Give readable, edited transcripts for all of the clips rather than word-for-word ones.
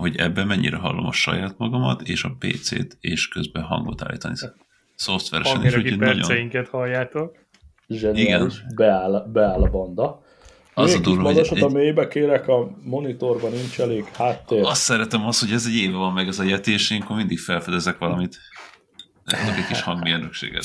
hogy ebben mennyire hallom a saját magamat, és a PC-t, és közben hangot állítani. Szoftveresen is, úgyhogy perceinket halljátok. Zseniális, beáll a banda. Az Még a kis durva, magasat a mélybe kérek, a monitorban nincs elég háttér. Azt szeretem hogy ez egy éve van meg ez a Yeti, és én akkor mindig felfedezek valamit. Adok egy kis hangmérnökséget.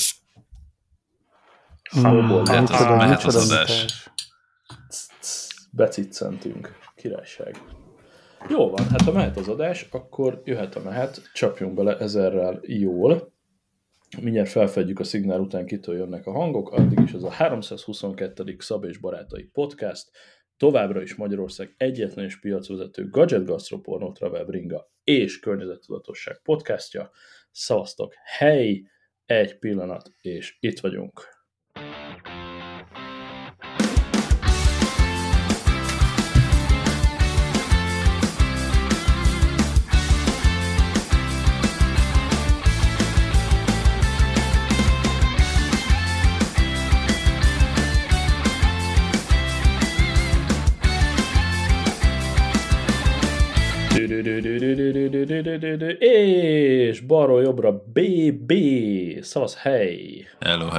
Mehet az adás. Beciccentünk. Királyság. Jó van, hát ha mehet az adás, akkor jöhet a mehet, csapjunk bele ezerrel jól. Mindjárt felfedjük a szignál után, kitől jönnek a hangok, addig is ez a 322. Szab és Barátai podcast, továbbra is Magyarország egyetlen és piacvezető gadget, gasztropornó, travel, bringa és környezettudatosság podcastja. Szavaztok, hely, egy pillanat, és itt vagyunk. És balról jobbra BB, szavasz hely. Hello.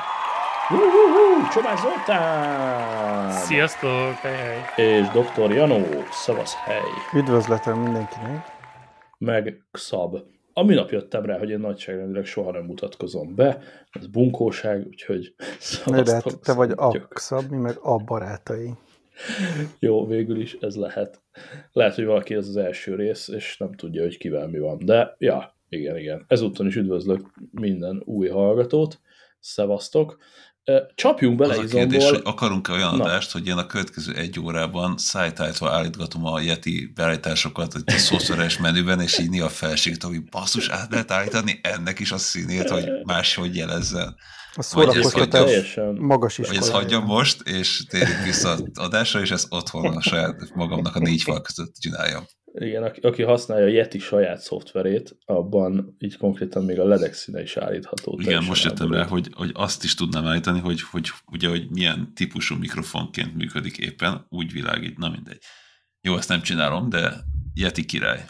Csomász Zoltán. Sziasztok, hely. És Dr. Janó, szavasz hely. Üdvözletem mindenkinek. Meg Xab. A minap jöttem rá, hogy én nagyságrendileg soha nem mutatkozom be. Ez bunkóság, úgyhogy szavaztok. De te vagy a Xab, mi meg a barátai. Jó, végül is ez lehet. Lehet, hogy valaki ez az első rész, és nem tudja, hogy kivel mi van. De, ja, igen. Ezúttal is üdvözlök minden új hallgatót. Szevasztok. Csapjunk bele izomból. Az a kérdés, hogy akarunk-e olyan adást, hogy én a következő egy órában szájtájtva állítgatom a Yeti beállításokat a szoftveres menüben, és így néha felségítom, hogy basszus, át lehet állítani ennek is a színét, hogy máshogy jelezzen. A szórakoztatás magas is. Vagy ezt hagyjam most, és térjünk vissza az adásra, és ezt otthon a saját magamnak a 4 fal között csináljam. Igen, aki használja a Yeti saját szoftverét, abban így konkrétan még a ledek színe is állítható. Igen, most jöttem rá, hogy azt is tudnám állítani, hogy milyen típusú mikrofonként működik éppen, úgy világít, na mindegy. Jó, ezt nem csinálom, de Yeti király.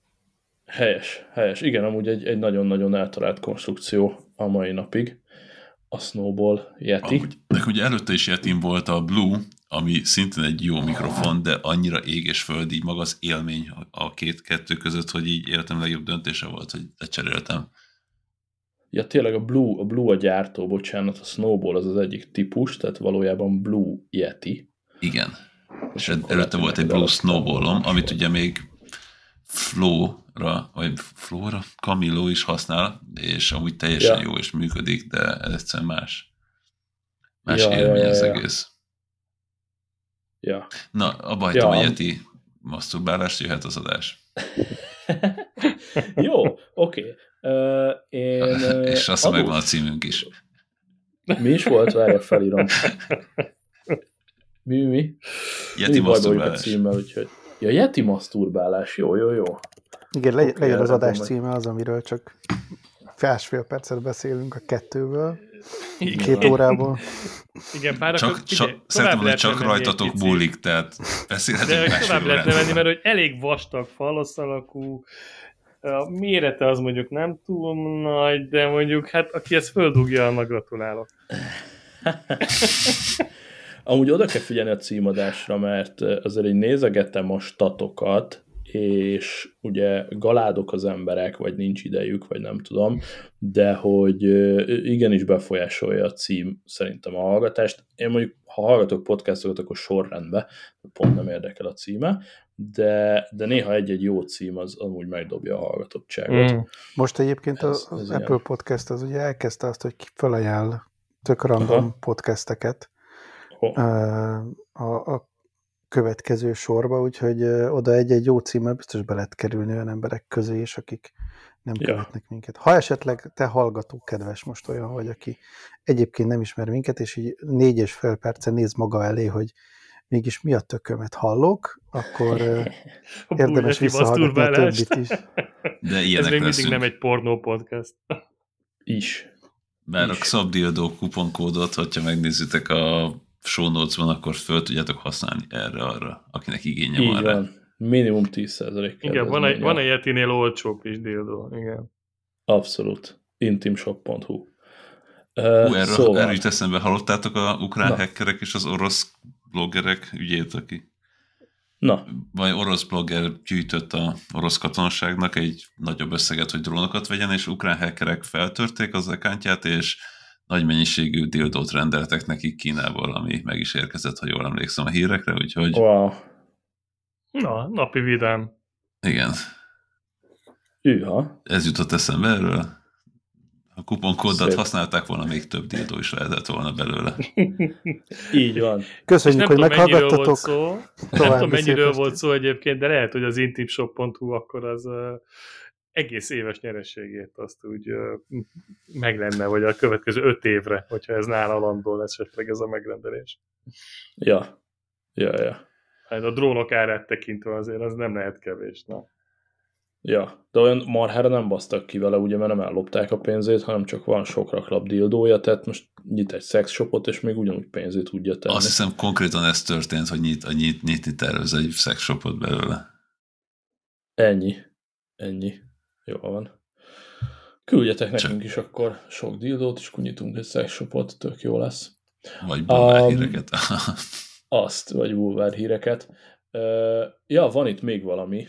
Helyes. Igen, amúgy egy nagyon-nagyon eltalált konstrukció a mai napig. A Snowball Yeti. Ugye előtte is Yetin volt a Blue, ami szintén egy jó mikrofon, de annyira ég és föld, így maga az élmény a kettő között, hogy így életem legjobb döntése volt, hogy lecseréltem. Ja, tényleg a Blue a gyártó, bocsánat, a Snowball az egyik típus, tehát valójában Blue Yeti. Igen. És előtte volt egy Blue Snowballom, amit ugye még Flow-ra, Camilo is használ, és amúgy teljesen jó és működik, de ez egyszerűen más élmény az egész. Ja. Na, abba hagytam a Yeti maszturbálást, jöhet az adás. Jó, oké. És azt megvan a címünk is. Mi is volt? Várja, felírom. Mi? Yeti maszturbálás. Címmel, úgyhogy... Ja, Yeti maszturbálás, jó. Igen, legyen az adás címe az, amiről csak fél percet beszélünk a 2-ből, 2 órából. Igen, bár szerintem, hogy csak rajtatok múlik, tehát beszélhetünk másfél tovább lehetne menni, mert hogy elég vastag falos alakú, a mérete az mondjuk nem túl nagy, de mondjuk, hát aki ezt földugja, annak gratulálok. Amúgy oda kell figyelni a címadásra, mert azért így nézegettem a statokat, és ugye galádok az emberek, vagy nincs idejük, vagy nem tudom, de hogy igenis befolyásolja a cím szerintem a hallgatást. Én mondjuk, ha hallgatok podcastokat, akkor sorrendben, pont nem érdekel a címe, de néha egy-egy jó cím az amúgy megdobja a hallgatottságot. Most egyébként az Apple ilyen. Podcast az ugye elkezdte azt, hogy felajánl tök random podcasteket a következő sorba, úgyhogy oda egy-egy jó címmel biztos be lehet kerülni olyan emberek közé is, akik nem követnek minket. Ha esetleg te hallgató kedves most olyan vagy, aki egyébként nem ismer minket, és így 4,5 percen néz maga elé, hogy mégis mi a tökömet hallok, akkor érdemes visszahallgatni a többit is. De ilyenek ez még leszünk. Mindig nem egy pornó podcast. Is. Bár a Xabdildó kuponkódot, hogyha megnézitek a show notes-ban, akkor föl tudjátok használni erre-arra, akinek igénye van rá. Minimum 10% Igen, van egy Yetinél olcsóbb is dildó, igen. Abszolút. Intimshop.hu. Erről jut eszembe, hallottátok a ukrán hackerek és az orosz bloggerek ügyét, aki vagy orosz blogger gyűjtött a orosz katonaságnak egy nagyobb összeget, hogy drónokat vegyen, és ukrán hackerek feltörték az accountját, és nagy mennyiségű dildót rendeltek nekik Kínából, ami meg is érkezett, ha jól emlékszem a hírekre, úgyhogy... Wow. Na, napi vidám. Igen. Hűha. Ez jutott eszembe erről. A kuponkóddal használták volna, még több dildó is lehetett volna belőle. Így van. Köszönjük, hogy meghallgattatok. Nem tudom, mennyiről volt szó egyébként, de lehet, hogy az intimshop.hu akkor az egész éves nyereségét azt úgy meg lenne, vagy a következő 5 évre, hogyha ez nála landol esetleg ez a megrendelés. Ja. Hát a drónok árát tekintve azért az nem lehet kevés, na. Ja, de olyan marhára nem basztak ki vele, ugye, mert nem ellopták a pénzét, hanem csak van sok raklap dildója, tehát most nyit egy szexshopot, és még ugyanúgy pénzét tudja tenni. Azt hiszem konkrétan ez történt, hogy nyitni tervez egy szexshopot belőle. Ennyi. Jól van. Küldjetek nekünk is akkor sok dildót, és akkor nyitunk egy szexshopot, tök jó lesz. Vagy bulvárhíreket. Vagy bulvárhíreket. Van itt még valami.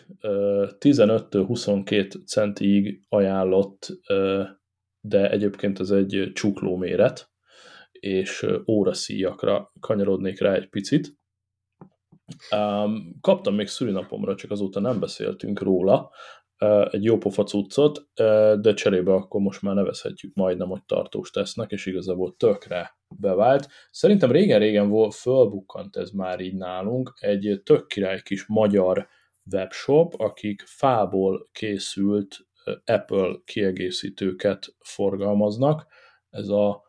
15-22 centig ajánlott, de egyébként ez egy csukló méret, és óraszíjakra kanyarodnék rá egy picit. Kaptam még szülinapomra, csak azóta nem beszéltünk róla, egy jó pofa cuccot, de cserébe akkor most már nevezhetjük majdnem, hogy tartós tesznek, és igazából tökre bevált. Szerintem régen fölbukkant ez már így nálunk, egy tök király kis magyar webshop, akik fából készült Apple kiegészítőket forgalmaznak. Ez a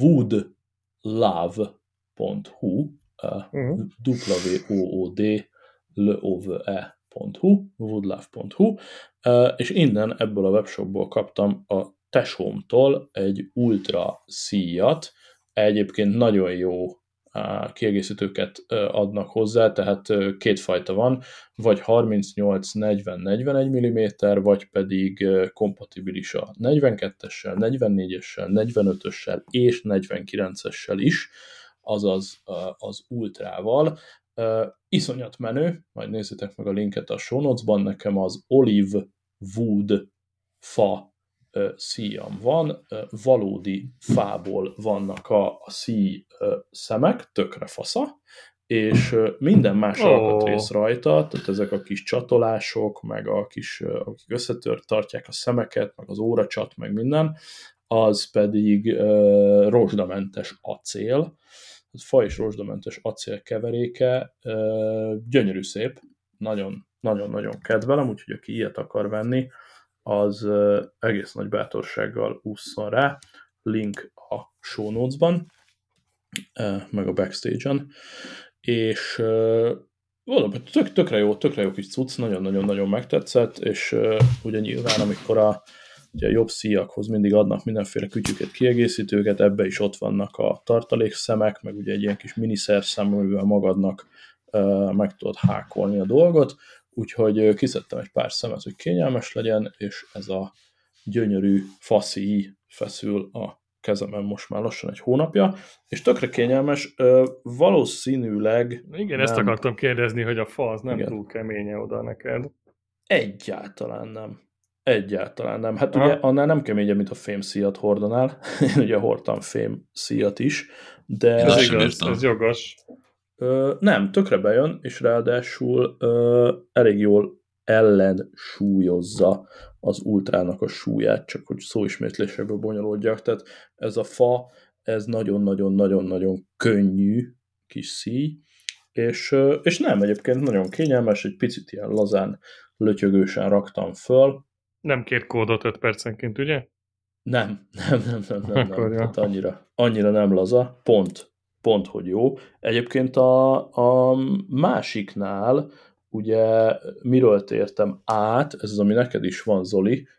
woodlove.hu, woodlove.hu, és innen ebből a webshopból kaptam a tesómtól egy ultra szíjat, egyébként nagyon jó kiegészítőket adnak hozzá, tehát kétfajta van, vagy 38-40-41 mm, vagy pedig kompatibilis a 42-essel, 44-essel, 45-össel és 49-essel is, azaz az ultrával. Iszonyat menő, majd nézzétek meg a linket a show notes-ban, nekem az olive wood fa szíjam van, valódi fából vannak a szíj szemek, tökre fasza, és minden más alkatrész rajta, tehát ezek a kis csatolások, meg akik tartják a szemeket, meg az óracsat, meg minden, az pedig rozsdamentes acél, fa és rozsdamentes acél keveréke, gyönyörű szép, nagyon-nagyon kedvelem, úgyhogy aki ilyet akar venni, az egész nagy bátorsággal ússzon rá, link a show notes-ban, meg a backstage-en, és tökre jó kis cucc, nagyon-nagyon megtetszett, és ugye nyilván, amikor ugye a jobb szíjakhoz mindig adnak mindenféle kütyüket, kiegészítőket, ebbe is ott vannak a tartalékszemek, meg ugye egy ilyen kis miniszerszem, amivel magadnak meg tudod hákolni a dolgot, úgyhogy kiszedtem egy pár szemet, hogy kényelmes legyen, és ez a gyönyörű faszíj feszül a kezemen most már lassan egy hónapja, és tökre kényelmes, valószínűleg... Igen, nem... ezt akartam kérdezni, hogy a fa az nem túl keménye oda neked. Egyáltalán nem. Hát ugye annál nem keményebb, mint a fémszíjat hordanál. Én ugye hordtam fémszíjat is, de... Ez igaz, ez jogos. Nem, tökre bejön, és ráadásul elég jól ellensúlyozza az ultrának a súlyát, csak hogy szóismétlésekből bonyolódjak. Tehát ez a fa, ez nagyon-nagyon-nagyon-nagyon könnyű kis szíj, és nem, egyébként nagyon kényelmes, egy picit ilyen lazán, lötyögősen raktam föl. Nem kér kódot 5 percenként, ugye? Nem. Hát annyira nem laza, pont, hogy jó. Egyébként a másiknál, ugye miről tértem át, ez az, ami neked is van, Zoli.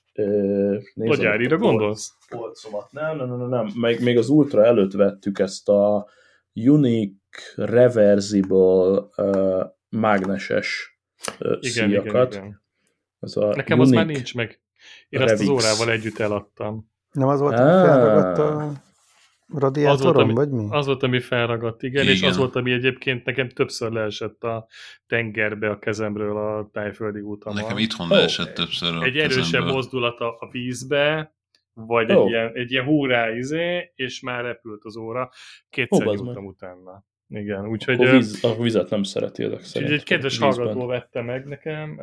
A gyárira gondolsz? Polcomat. Nem. Még az Ultra előtt vettük ezt a Unique Reversible mágneses szíjakat. Igen. Az a nekem az már nincs meg. Én azt az órával együtt eladtam. Nem az volt, ami felragadt a radiátoron, vagy mi? Az volt, ami felragadt, igen, és az volt, ami egyébként nekem többször leesett a tengerbe a kezemről a tájföldi útamon. Nekem itthon leesett többször a egy erősebb mozdulat a vízbe, vagy egy ilyen húrá és már repült az óra. Kétszer nyújtam utána. Igen, úgyhogy... A vizet nem szereti ezek szerint. Egy kedves hallgató vette meg nekem,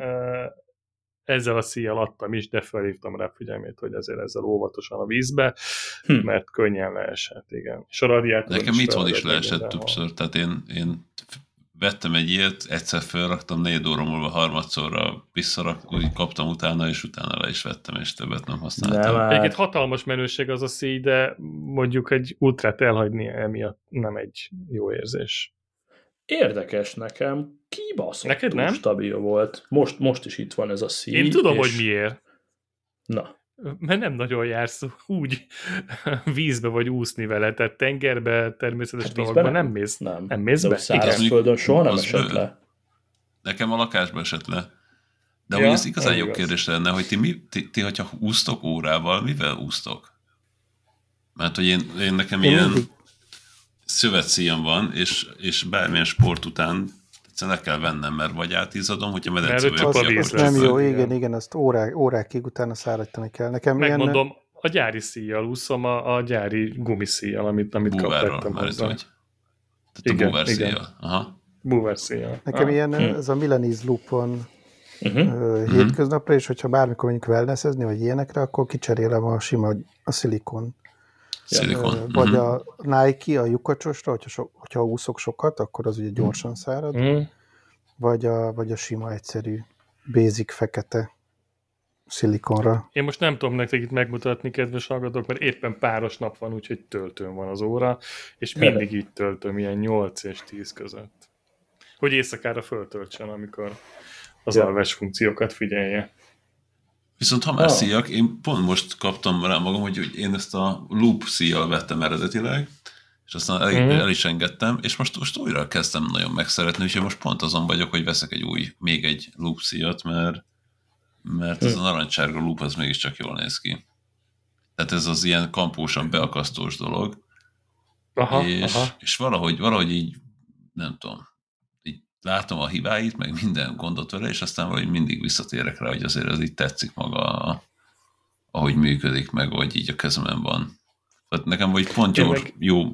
ezzel a szíjjal adtam is, de felhívtam rá figyelmét, hogy azért ezzel óvatosan a vízbe, mert könnyen leesett, igen. És a radiátor nekem itthon is leesett többször, tehát én vettem egy ilyet, egyszer felraktam, 4 óra múlva harmadszorra úgy kaptam utána, és utána le is vettem, és többet nem használtam. Egyébként hatalmas menőség az a szíj, de mondjuk egy ultrát elhagyni emiatt nem egy jó érzés. Érdekes nekem, kibaszottul stabil volt. Most is itt van ez a szíj. Én tudom, hogy miért. Na. Mert nem nagyon jársz úgy vízbe vagy úszni vele, tehát tengerbe, természetes dolgokban nem mész. Nem mész be? Szárazföldön soha nem esett le. Nekem a lakásba esett le. De ugye ez igazán jó kérdés lenne, hogy ti hogyha úsztok órával, mivel úsztok? Mert hogy én nekem ilyen szövetszíjam van, és bármilyen sport után egyszerűen le kell vennem, mert vagy átízadom, hogyha medence vagyok. Az nem jó, igen, azt órákig utána száradtani kell. Nekem megmondom, ilyen... a gyári szíjjal úszom, a gyári gumiszíjjal, amit kaptam hozzá. Tehát a búvár szíjjal. Aha. Búvár szíjjal. Nekem ilyen, ez a Milanese Loopon hétköznapra, és hogyha bármikor mondjuk wellnessezni, vagy ilyenekre, akkor kicserélem a sima, a szilikon. Vagy a Nike, a lyukacsosra, hogyha úszok sokat, akkor az ugye gyorsan szárad. Vagy a sima, egyszerű, basic, fekete szilikonra. Én most nem tudom nektek itt megmutatni, kedves hallgatók, mert éppen páros nap van, úgyhogy töltőn van az óra, és mindig így töltöm, ilyen 8 és 10 között. Hogy éjszakára föltöltsen, amikor az alvás funkciókat figyelje. Viszont ha már szíjak, én pont most kaptam rá magam, hogy én ezt a loop szíjjal vettem eredetileg, és aztán el is engedtem, és most újra kezdtem nagyon megszeretni, úgyhogy most pont azon vagyok, hogy veszek még egy loop szíjat, mert ez a narancsárga loop az mégiscsak jól néz ki. Tehát ez az ilyen kampósan beakasztós dolog, és valahogy így, nem tudom, így látom a hibáit, meg minden gondot vele, és aztán valahogy mindig visszatérek rá, hogy azért ez így tetszik maga, ahogy működik, meg hogy így a kezemen van. Tehát nekem vagy pont jó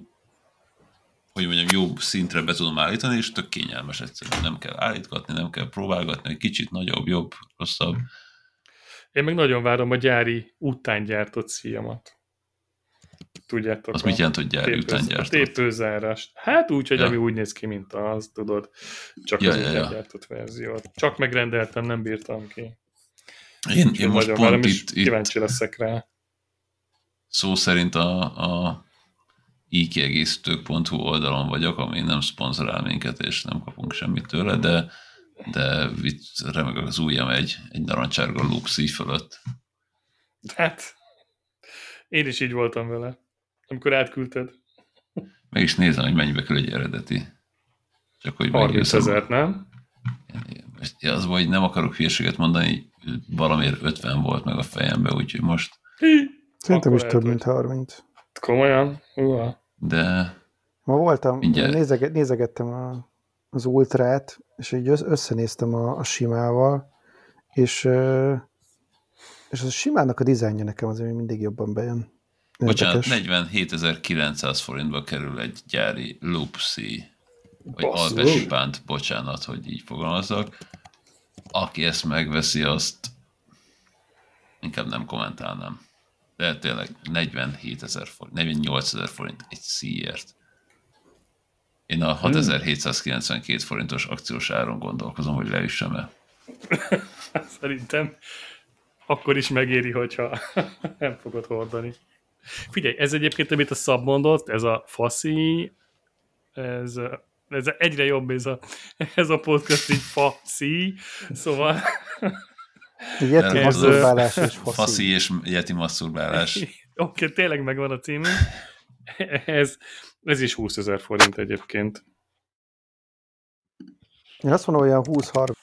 szintre be tudom állítani, és tök kényelmes egyszerűen. Nem kell állítgatni, nem kell próbálgatni, egy kicsit nagyobb, jobb, rosszabb. Én meg nagyon várom a gyári után gyártott szíjamat. Tudjátok? Az mit jelent, hogy gyári után gyártott? A tépőzárást. Hát úgy, hogy ami úgy néz ki, mint az, tudod. Csak az után gyártott verziót. Csak megrendeltem, nem bírtam ki. Én most pont itt kíváncsi leszek rá. Szó szerint a ikiegészítők.hu oldalon vagyok, ami nem szponzorál minket, és nem kapunk semmit tőle, de remeg az ujjam egy narancsárga loop szíj fölött. Hát, én is így voltam vele, amikor átküldted. Meg is nézem, hogy mennyibe kerül egy eredeti. Csak hogy 30 000, nem? Az vagy nem akarok hülyeséget mondani, valamiért 50 volt meg a fejembe, úgyhogy most... Szerintem is több, mint 30. Komolyan? De... Ma voltam, nézegettem az ultrát, és így összenéztem a simával, és a simának a dizájnja nekem azért mindig jobban bejön. Bocsánat, 47.900 forintba kerül egy gyári loop szíj. Vagy alpesi pánt, bocsánat, hogy így fogalmazzak. Aki ezt megveszi, azt inkább nem kommentálnám. De tényleg 47.000 forint, 48.000 forint egy szíjért. Én a 6.792 forintos akciós áron gondolkozom, hogy leüssem-e. Szerintem akkor is megéri, hogyha nem fogod hordani. Figyelj, ez egyébként, amit a Szab mondott, ez a faszi, ez egyre jobb ez a podcast, így faszi, szóval... Yeti masturbálás és faszi és yeti masturbálás. Oké, tényleg megvan a cím. Ez is 20 000 forint egyébként. Én azt mondom, olyan 20-30.